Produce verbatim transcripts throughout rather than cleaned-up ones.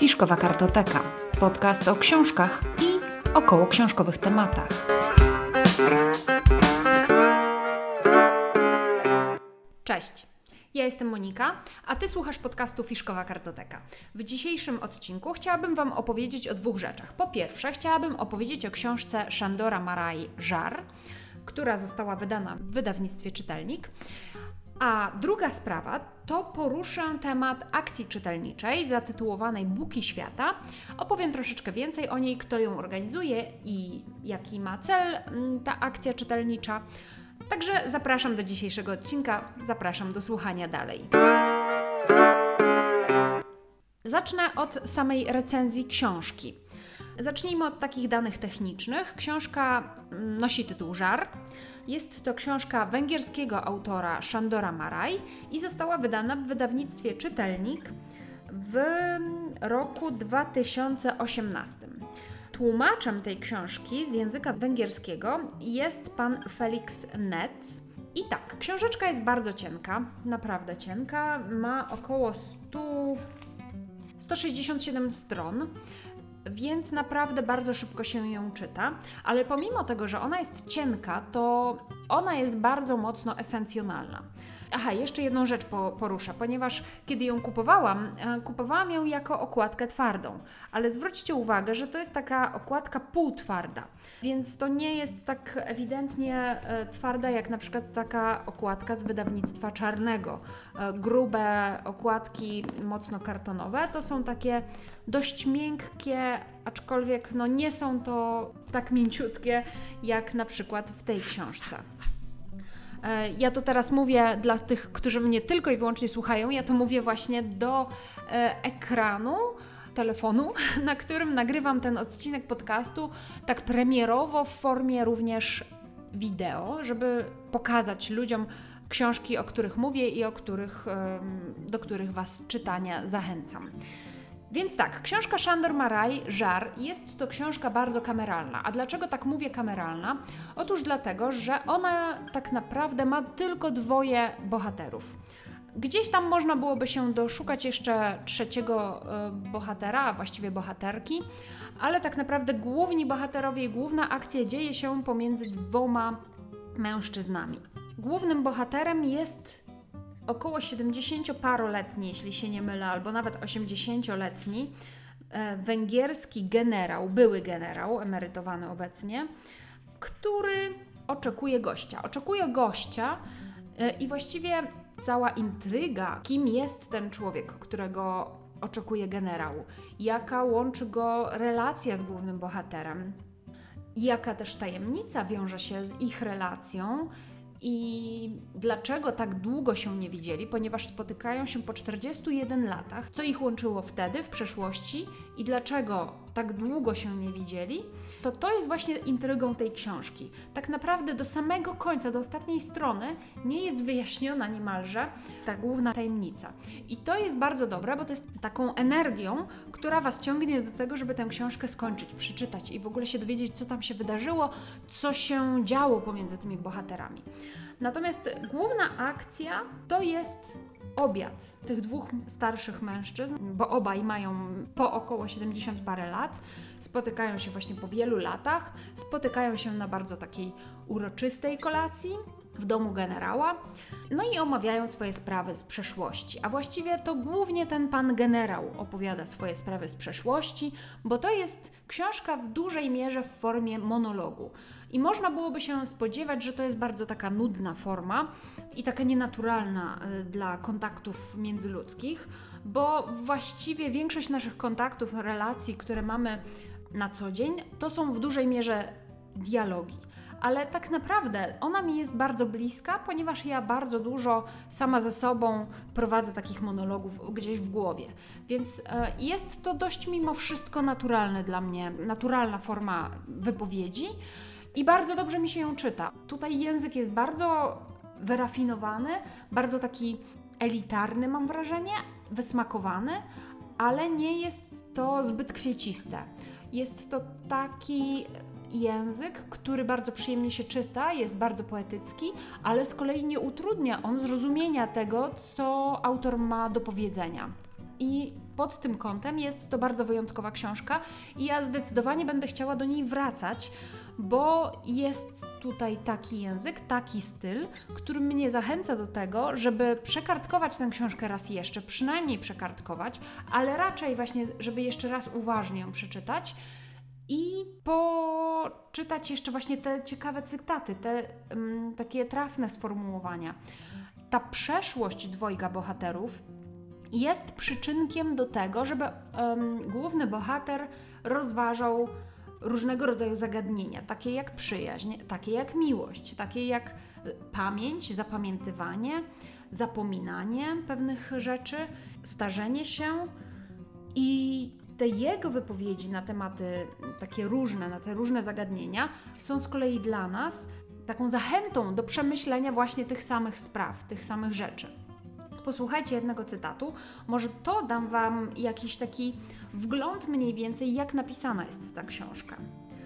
Fiszkowa Kartoteka. Podcast o książkach i około książkowych tematach. Cześć, ja jestem Monika, a Ty słuchasz podcastu Fiszkowa Kartoteka. W dzisiejszym odcinku chciałabym Wam opowiedzieć o dwóch rzeczach. Po pierwsze, chciałabym opowiedzieć o książce Sándora Márai Żar, która została wydana w wydawnictwie Czytelnik. A druga sprawa to poruszę temat akcji czytelniczej zatytułowanej Buki Świata. Opowiem troszeczkę więcej o niej, kto ją organizuje i jaki ma cel ta akcja czytelnicza. Także zapraszam do dzisiejszego odcinka, zapraszam do słuchania dalej. Zacznę od samej recenzji książki. Zacznijmy od takich danych technicznych. Książka nosi tytuł Żar. Jest to książka węgierskiego autora Sándora Márai i została wydana w wydawnictwie Czytelnik w roku dwa tysiące osiemnastym. Tłumaczem tej książki z języka węgierskiego jest pan Felix Netz. I tak, książeczka jest bardzo cienka, naprawdę cienka, ma około sto sześćdziesiąt siedem stron. Więc naprawdę bardzo szybko się ją czyta, ale pomimo tego, że ona jest cienka, to ona jest bardzo mocno esencjonalna. Aha, jeszcze jedną rzecz po, poruszę, ponieważ kiedy ją kupowałam, kupowałam ją jako okładkę twardą, ale zwróćcie uwagę, że to jest taka okładka półtwarda, więc to nie jest tak ewidentnie e, twarda jak na przykład taka okładka z wydawnictwa Czarnego. E, grube okładki, mocno kartonowe, to są takie dość miękkie, aczkolwiek no nie są to tak mięciutkie jak na przykład w tej książce. Ja to teraz mówię dla tych, którzy mnie tylko i wyłącznie słuchają, ja to mówię właśnie do e, ekranu telefonu, na którym nagrywam ten odcinek podcastu tak premierowo w formie również wideo, żeby pokazać ludziom książki, o których mówię i o których, e, do których Was czytania zachęcam. Więc tak, książka Sándor Márai Żar jest to książka bardzo kameralna. A dlaczego tak mówię kameralna? Otóż dlatego, że ona tak naprawdę ma tylko dwoje bohaterów. Gdzieś tam można byłoby się doszukać jeszcze trzeciego y, bohatera, a właściwie bohaterki, ale tak naprawdę główni bohaterowie i główna akcja dzieje się pomiędzy dwoma mężczyznami. Głównym bohaterem jest około siedemdziesięcioparoletni, jeśli się nie mylę, albo nawet osiemdziesięcioletni e, węgierski generał, były generał, emerytowany obecnie, który oczekuje gościa. Oczekuje gościa e, i właściwie cała intryga, kim jest ten człowiek, którego oczekuje generał, jaka łączy go relacja z głównym bohaterem, jaka też tajemnica wiąże się z ich relacją, i dlaczego tak długo się nie widzieli, ponieważ spotykają się po czterdziestu jeden latach, co ich łączyło wtedy, w przeszłości i dlaczego tak długo się nie widzieli, to to jest właśnie intrygą tej książki. Tak naprawdę do samego końca, do ostatniej strony nie jest wyjaśniona niemalże ta główna tajemnica. I to jest bardzo dobre, bo to jest taką energią, która Was ciągnie do tego, żeby tę książkę skończyć, przeczytać i w ogóle się dowiedzieć, co tam się wydarzyło, co się działo pomiędzy tymi bohaterami. Natomiast główna akcja to jest obiad tych dwóch starszych mężczyzn, bo obaj mają po około siedemdziesiąt parę lat, spotykają się właśnie po wielu latach, spotykają się na bardzo takiej uroczystej kolacji w domu generała, no i omawiają swoje sprawy z przeszłości, a właściwie to głównie ten pan generał opowiada swoje sprawy z przeszłości, bo to jest książka w dużej mierze w formie monologu. I można byłoby się spodziewać, że to jest bardzo taka nudna forma i taka nienaturalna dla kontaktów międzyludzkich, bo właściwie większość naszych kontaktów, relacji, które mamy na co dzień, to są w dużej mierze dialogi. Ale tak naprawdę ona mi jest bardzo bliska, ponieważ ja bardzo dużo sama ze sobą prowadzę takich monologów gdzieś w głowie. Więc e, jest to dość mimo wszystko naturalne dla mnie, naturalna forma wypowiedzi i bardzo dobrze mi się ją czyta. Tutaj język jest bardzo wyrafinowany, bardzo taki elitarny, mam wrażenie, wysmakowany, ale nie jest to zbyt kwieciste. Jest to taki język, który bardzo przyjemnie się czyta, jest bardzo poetycki, ale z kolei nie utrudnia on zrozumienia tego, co autor ma do powiedzenia. i pod tym kątem jest to bardzo wyjątkowa książka i ja zdecydowanie będę chciała do niej wracać, bo jest tutaj taki język, taki styl, który mnie zachęca do tego, żeby przekartkować tę książkę raz jeszcze, przynajmniej przekartkować, ale raczej właśnie, żeby jeszcze raz uważnie ją przeczytać i poczytać jeszcze właśnie te ciekawe cytaty, te um, takie trafne sformułowania. Ta przeszłość dwojga bohaterów jest przyczynkiem do tego, żeby um, główny bohater rozważał różnego rodzaju zagadnienia, takie jak przyjaźń, takie jak miłość, takie jak pamięć, zapamiętywanie, zapominanie pewnych rzeczy, starzenie się i te jego wypowiedzi na tematy takie różne, na te różne zagadnienia są z kolei dla nas taką zachętą do przemyślenia właśnie tych samych spraw, tych samych rzeczy. Posłuchajcie jednego cytatu, może to dam Wam jakiś taki wgląd mniej więcej, jak napisana jest ta książka.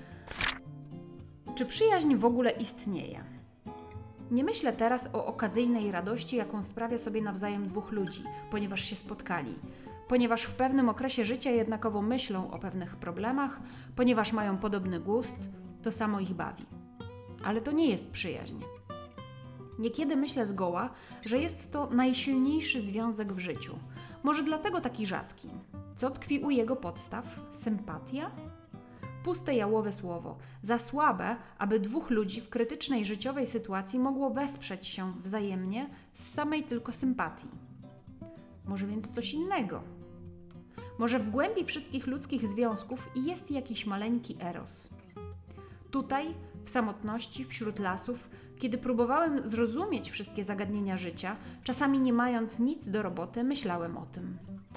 Czy przyjaźń w ogóle istnieje? Nie myślę teraz o okazyjnej radości, jaką sprawia sobie nawzajem dwóch ludzi, ponieważ się spotkali, ponieważ w pewnym okresie życia jednakowo myślą o pewnych problemach, ponieważ mają podobny gust, to samo ich bawi. Ale to nie jest przyjaźń. Niekiedy myślę zgoła, że jest to najsilniejszy związek w życiu. Może dlatego taki rzadki. Co tkwi u jego podstaw? Sympatia? Puste jałowe słowo, za słabe, aby dwóch ludzi w krytycznej życiowej sytuacji mogło wesprzeć się wzajemnie z samej tylko sympatii. Może więc coś innego? Może w głębi wszystkich ludzkich związków jest jakiś maleńki eros. Tutaj, w samotności, wśród lasów, kiedy próbowałem zrozumieć wszystkie zagadnienia życia, czasami nie mając nic do roboty, myślałem o tym.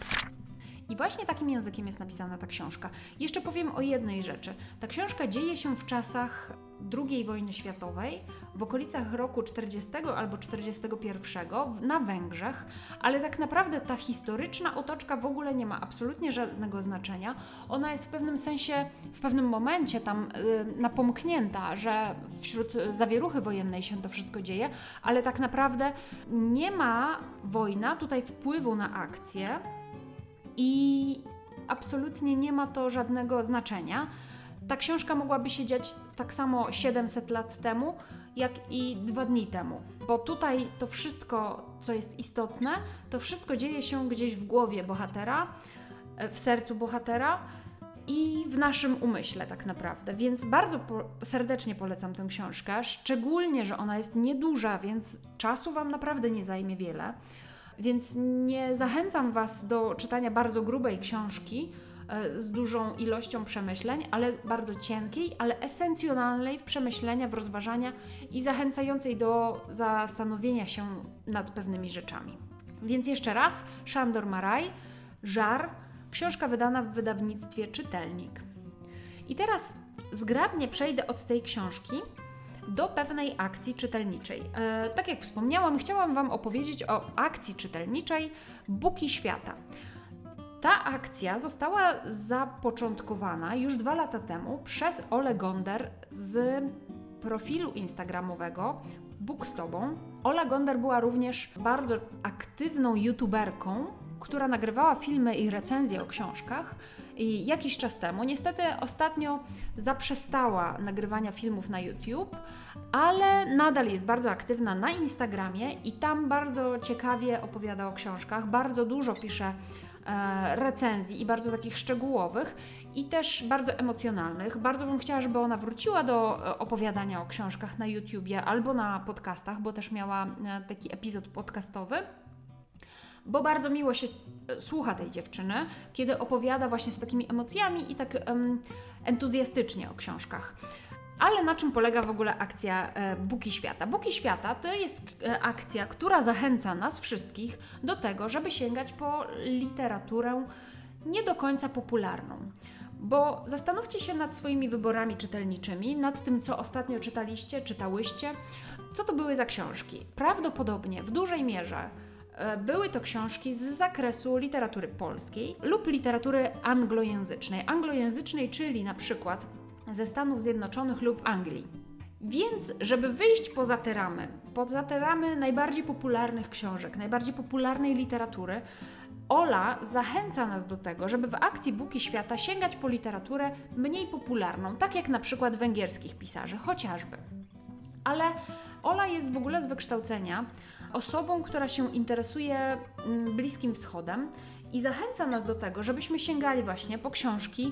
I właśnie takim językiem jest napisana ta książka. Jeszcze powiem o jednej rzeczy. Ta książka dzieje się w czasach drugiej wojny światowej, w okolicach roku czterdziestego albo czterdziestego pierwszego na Węgrzech, ale tak naprawdę ta historyczna otoczka w ogóle nie ma absolutnie żadnego znaczenia. Ona jest w pewnym sensie, w pewnym momencie tam yy, napomknięta, że wśród zawieruchy wojennej się to wszystko dzieje, ale tak naprawdę nie ma wojna tutaj wpływu na akcję i absolutnie nie ma to żadnego znaczenia. Ta książka mogłaby się dziać tak samo siedemset lat temu, jak i dwa dni temu. Bo tutaj to wszystko, co jest istotne, to wszystko dzieje się gdzieś w głowie bohatera, w sercu bohatera i w naszym umyśle tak naprawdę. Więc bardzo po- serdecznie polecam tę książkę, szczególnie, że ona jest nieduża, więc czasu Wam naprawdę nie zajmie wiele. Więc nie zachęcam Was do czytania bardzo grubej książki z dużą ilością przemyśleń, ale bardzo cienkiej, ale esencjonalnej w przemyślenia, w rozważania i zachęcającej do zastanowienia się nad pewnymi rzeczami. Więc jeszcze raz, Sándor Márai, Żar, książka wydana w wydawnictwie Czytelnik. I teraz zgrabnie przejdę od tej książki do pewnej akcji czytelniczej. E, tak jak wspomniałam, chciałam Wam opowiedzieć o akcji czytelniczej Buki Świata. Ta akcja została zapoczątkowana już dwa lata temu przez Olę Gonder z profilu instagramowego Bóg z Tobą. Ola Gonder była również bardzo aktywną youtuberką, która nagrywała filmy i recenzje o książkach i jakiś czas temu. Niestety ostatnio zaprzestała nagrywania filmów na YouTube, ale nadal jest bardzo aktywna na Instagramie i tam bardzo ciekawie opowiada o książkach, bardzo dużo pisze e, recenzji i bardzo takich szczegółowych i też bardzo emocjonalnych. Bardzo bym chciała, żeby ona wróciła do opowiadania o książkach na YouTubie albo na podcastach, bo też miała taki epizod podcastowy. Bo bardzo miło się słucha tej dziewczyny, kiedy opowiada właśnie z takimi emocjami i tak um, entuzjastycznie o książkach. Ale na czym polega w ogóle akcja e, Buki Świata? Buki Świata to jest e, akcja, która zachęca nas wszystkich do tego, żeby sięgać po literaturę nie do końca popularną. Bo zastanówcie się nad swoimi wyborami czytelniczymi, nad tym, co ostatnio czytaliście, czytałyście, co to były za książki. Prawdopodobnie w dużej mierze były to książki z zakresu literatury polskiej lub literatury anglojęzycznej. Anglojęzycznej, czyli na przykład ze Stanów Zjednoczonych lub Anglii. Więc, żeby wyjść poza te ramy, poza te ramy najbardziej popularnych książek, najbardziej popularnej literatury, Ola zachęca nas do tego, żeby w akcji Buki Świata sięgać po literaturę mniej popularną, tak jak na przykład węgierskich pisarzy, chociażby. Ale Ola jest w ogóle z wykształcenia osobą, która się interesuje Bliskim Wschodem i zachęca nas do tego, żebyśmy sięgali właśnie po książki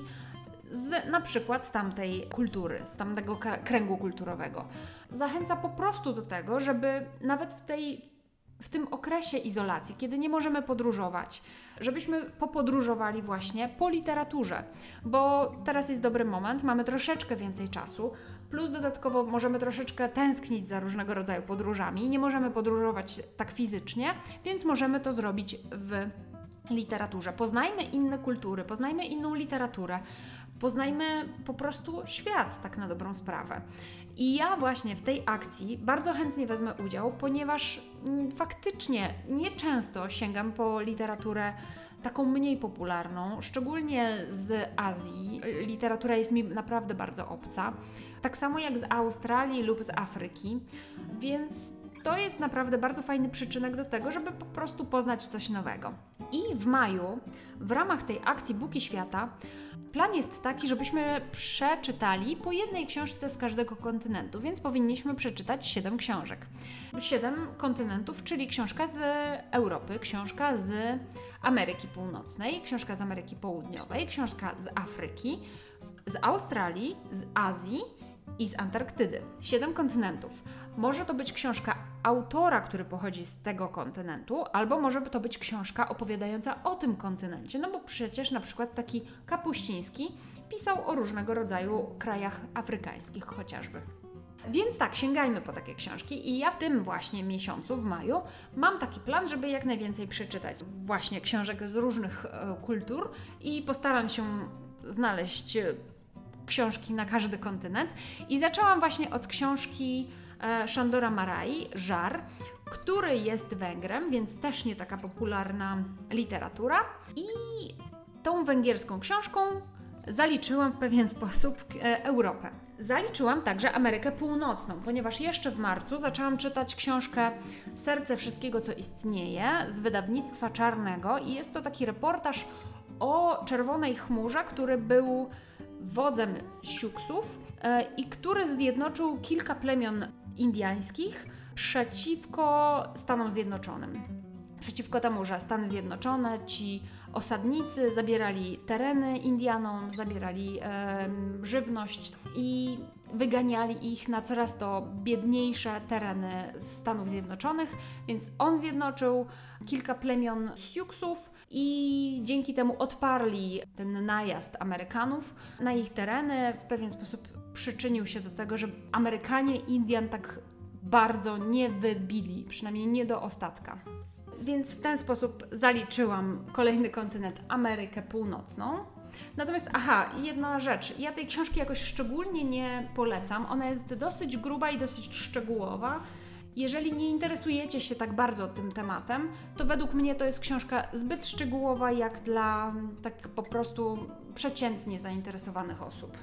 z na przykład tamtej kultury, z tamtego kręgu kulturowego. Zachęca po prostu do tego, żeby nawet w tej w tym okresie izolacji, kiedy nie możemy podróżować, żebyśmy popodróżowali właśnie po literaturze, bo teraz jest dobry moment, mamy troszeczkę więcej czasu, plus dodatkowo możemy troszeczkę tęsknić za różnego rodzaju podróżami, nie możemy podróżować tak fizycznie, więc możemy to zrobić w literaturze. Poznajmy inne kultury, poznajmy inną literaturę, poznajmy po prostu świat, tak na dobrą sprawę. I ja właśnie w tej akcji bardzo chętnie wezmę udział, ponieważ mm, faktycznie nieczęsto sięgam po literaturę taką mniej popularną, szczególnie z Azji. Literatura jest mi naprawdę bardzo obca. Tak samo jak z Australii lub z Afryki, więc to jest naprawdę bardzo fajny przyczynek do tego, żeby po prostu poznać coś nowego. I w maju, w ramach tej akcji Buki Świata, plan jest taki, żebyśmy przeczytali po jednej książce z każdego kontynentu, więc powinniśmy przeczytać siedem książek. Siedem kontynentów, czyli książka z Europy, książka z Ameryki Północnej, książka z Ameryki Południowej, książka z Afryki, z Australii, z Azji i z Antarktydy. Siedem kontynentów. Może to być książka autora, który pochodzi z tego kontynentu, albo może to być książka opowiadająca o tym kontynencie, no bo przecież na przykład taki Kapuściński pisał o różnego rodzaju krajach afrykańskich chociażby. Więc tak, sięgajmy po takie książki i ja w tym właśnie miesiącu, w maju, mam taki plan, żeby jak najwięcej przeczytać właśnie książek z różnych e, kultur i postaram się znaleźć e, książki na każdy kontynent i zaczęłam właśnie od książki e, Sándora Márai, Żar, który jest Węgrem, więc też nie taka popularna literatura i tą węgierską książką zaliczyłam w pewien sposób e, Europę. Zaliczyłam także Amerykę Północną, ponieważ jeszcze w marcu zaczęłam czytać książkę Serce wszystkiego, co istnieje z wydawnictwa Czarnego i jest to taki reportaż o czerwonej chmurze, który był wodzem Siouxów e, i który zjednoczył kilka plemion indyjskich przeciwko Stanom Zjednoczonym. Przeciwko temu, że Stany Zjednoczone, ci osadnicy zabierali tereny Indianom, zabierali e, żywność i wyganiali ich na coraz to biedniejsze tereny Stanów Zjednoczonych, więc on zjednoczył kilka plemion Siouxów i dzięki temu odparli ten najazd Amerykanów na ich tereny. W pewien sposób przyczynił się do tego, że Amerykanie Indian tak bardzo nie wybili, przynajmniej nie do ostatka. Więc w ten sposób zaliczyłam kolejny kontynent, Amerykę Północną. Natomiast, aha, jedna rzecz, ja tej książki jakoś szczególnie nie polecam, ona jest dosyć gruba i dosyć szczegółowa. Jeżeli nie interesujecie się tak bardzo tym tematem, to według mnie to jest książka zbyt szczegółowa jak dla tak po prostu przeciętnie zainteresowanych osób.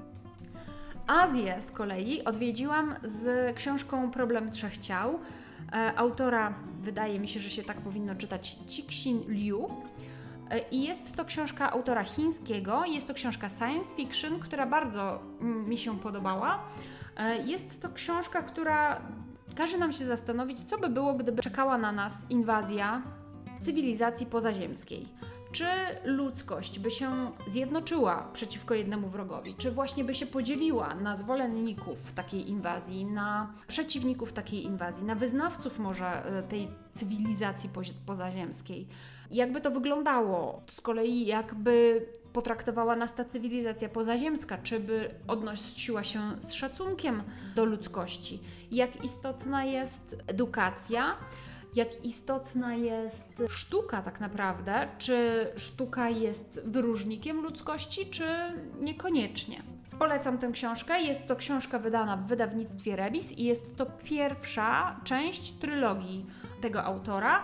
Azję z kolei odwiedziłam z książką Problem Trzech Ciał. E, autora, wydaje mi się, że się tak powinno czytać, Cixin Liu. E, I jest to książka autora chińskiego, jest to książka science fiction, która bardzo mm, mi się podobała. E, jest to książka, która każe nam się zastanowić, co by było, gdyby czekała na nas inwazja cywilizacji pozaziemskiej. Czy ludzkość by się zjednoczyła przeciwko jednemu wrogowi? Czy właśnie by się podzieliła na zwolenników takiej inwazji, na przeciwników takiej inwazji, na wyznawców może tej cywilizacji pozaziemskiej? Jakby to wyglądało? Z kolei jakby potraktowała nas ta cywilizacja pozaziemska? Czy by odnosiła się z szacunkiem do ludzkości? Jak istotna jest edukacja? Jak istotna jest sztuka tak naprawdę? Czy sztuka jest wyróżnikiem ludzkości, czy niekoniecznie? Polecam tę książkę. Jest to książka wydana w wydawnictwie Rebis i jest to pierwsza część trylogii tego autora.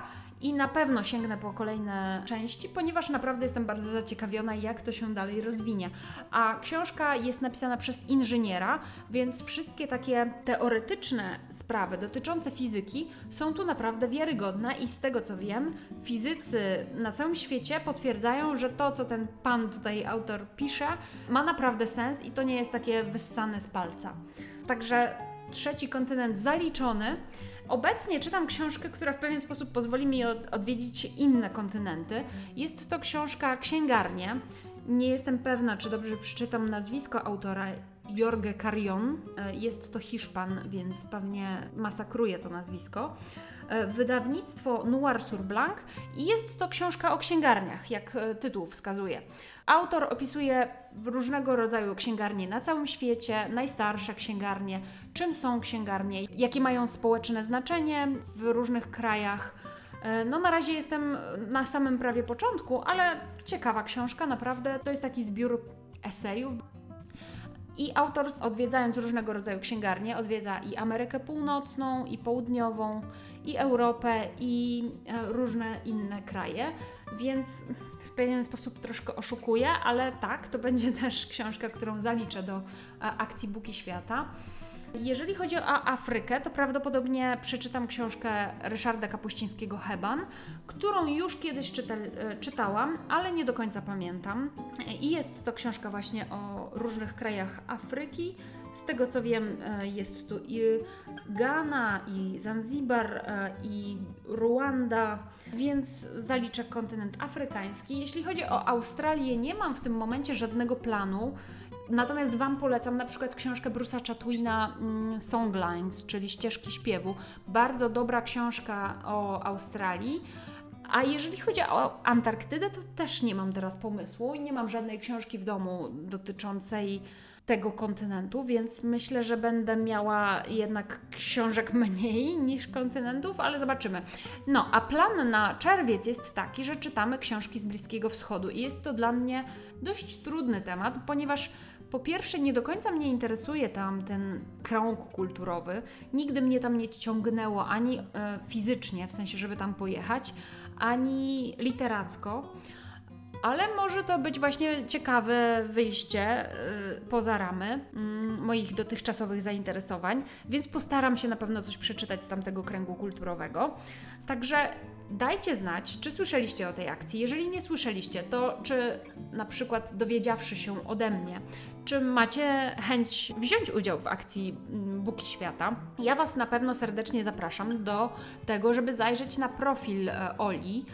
i na pewno sięgnę po kolejne części, ponieważ naprawdę jestem bardzo zaciekawiona, jak to się dalej rozwinie. A książka jest napisana przez inżyniera, więc wszystkie takie teoretyczne sprawy dotyczące fizyki są tu naprawdę wiarygodne i z tego co wiem, fizycy na całym świecie potwierdzają, że to, co ten pan tutaj, autor, pisze, ma naprawdę sens i to nie jest takie wyssane z palca. Także trzeci kontynent zaliczony. Obecnie czytam książkę, która w pewien sposób pozwoli mi od, odwiedzić inne kontynenty. Jest to książka Księgarnie. Nie jestem pewna, czy dobrze przeczytam nazwisko autora, Jorge Carrion. Jest to Hiszpan, więc pewnie masakruje to nazwisko. Wydawnictwo Noir sur Blanc i jest to książka o księgarniach, jak tytuł wskazuje. Autor opisuje różnego rodzaju księgarnie na całym świecie, najstarsze księgarnie, czym są księgarnie, jakie mają społeczne znaczenie w różnych krajach. No na razie jestem na samym prawie początku, ale ciekawa książka, naprawdę. To jest taki zbiór esejów. I autor, odwiedzając różnego rodzaju księgarnie, odwiedza i Amerykę Północną, i Południową, i Europę, i różne inne kraje, więc w pewien sposób troszkę oszukuje, ale tak, to będzie też książka, którą zaliczę do akcji Buki Świata. Jeżeli chodzi o Afrykę, to prawdopodobnie przeczytam książkę Ryszarda Kapuścińskiego Heban, którą już kiedyś czyta, czytałam, ale nie do końca pamiętam. I jest to książka właśnie o różnych krajach Afryki. Z tego co wiem, jest tu i Ghana, i Zanzibar, i Ruanda, więc zaliczę kontynent afrykański. Jeśli chodzi o Australię, nie mam w tym momencie żadnego planu. Natomiast Wam polecam na przykład książkę Bruce'a Chatwina mm, Songlines, czyli Ścieżki śpiewu. Bardzo dobra książka o Australii. A jeżeli chodzi o Antarktydę, to też nie mam teraz pomysłu i nie mam żadnej książki w domu dotyczącej tego kontynentu, więc myślę, że będę miała jednak książek mniej niż kontynentów, ale zobaczymy. No, a plan na czerwiec jest taki, że czytamy książki z Bliskiego Wschodu i jest to dla mnie dość trudny temat, ponieważ po pierwsze nie do końca mnie interesuje tam ten krąg kulturowy, nigdy mnie tam nie ciągnęło ani e, fizycznie, w sensie, żeby tam pojechać, ani literacko. Ale może to być właśnie ciekawe wyjście yy, poza ramy yy, moich dotychczasowych zainteresowań, więc postaram się na pewno coś przeczytać z tamtego kręgu kulturowego. Także dajcie znać, czy słyszeliście o tej akcji. Jeżeli nie słyszeliście, to czy na przykład dowiedziawszy się ode mnie, czy macie chęć wziąć udział w akcji Buki Świata. Ja Was na pewno serdecznie zapraszam do tego, żeby zajrzeć na profil e, Oli.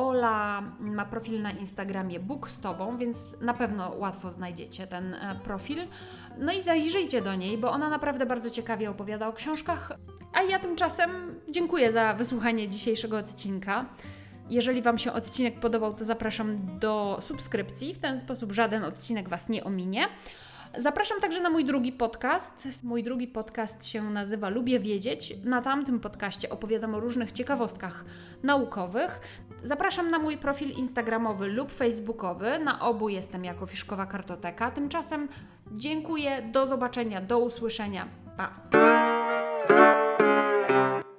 Ola ma profil na Instagramie Bóg z Tobą, więc na pewno łatwo znajdziecie ten profil. No i zajrzyjcie do niej, bo ona naprawdę bardzo ciekawie opowiada o książkach. A ja tymczasem dziękuję za wysłuchanie dzisiejszego odcinka. Jeżeli Wam się odcinek podobał, to zapraszam do subskrypcji. W ten sposób żaden odcinek Was nie ominie. Zapraszam także na mój drugi podcast. Mój drugi podcast się nazywa Lubię Wiedzieć. Na tamtym podcaście opowiadam o różnych ciekawostkach naukowych. Zapraszam na mój profil instagramowy lub facebookowy. Na obu jestem jako Fiszkowa Kartoteka. Tymczasem dziękuję, do zobaczenia, do usłyszenia. Pa!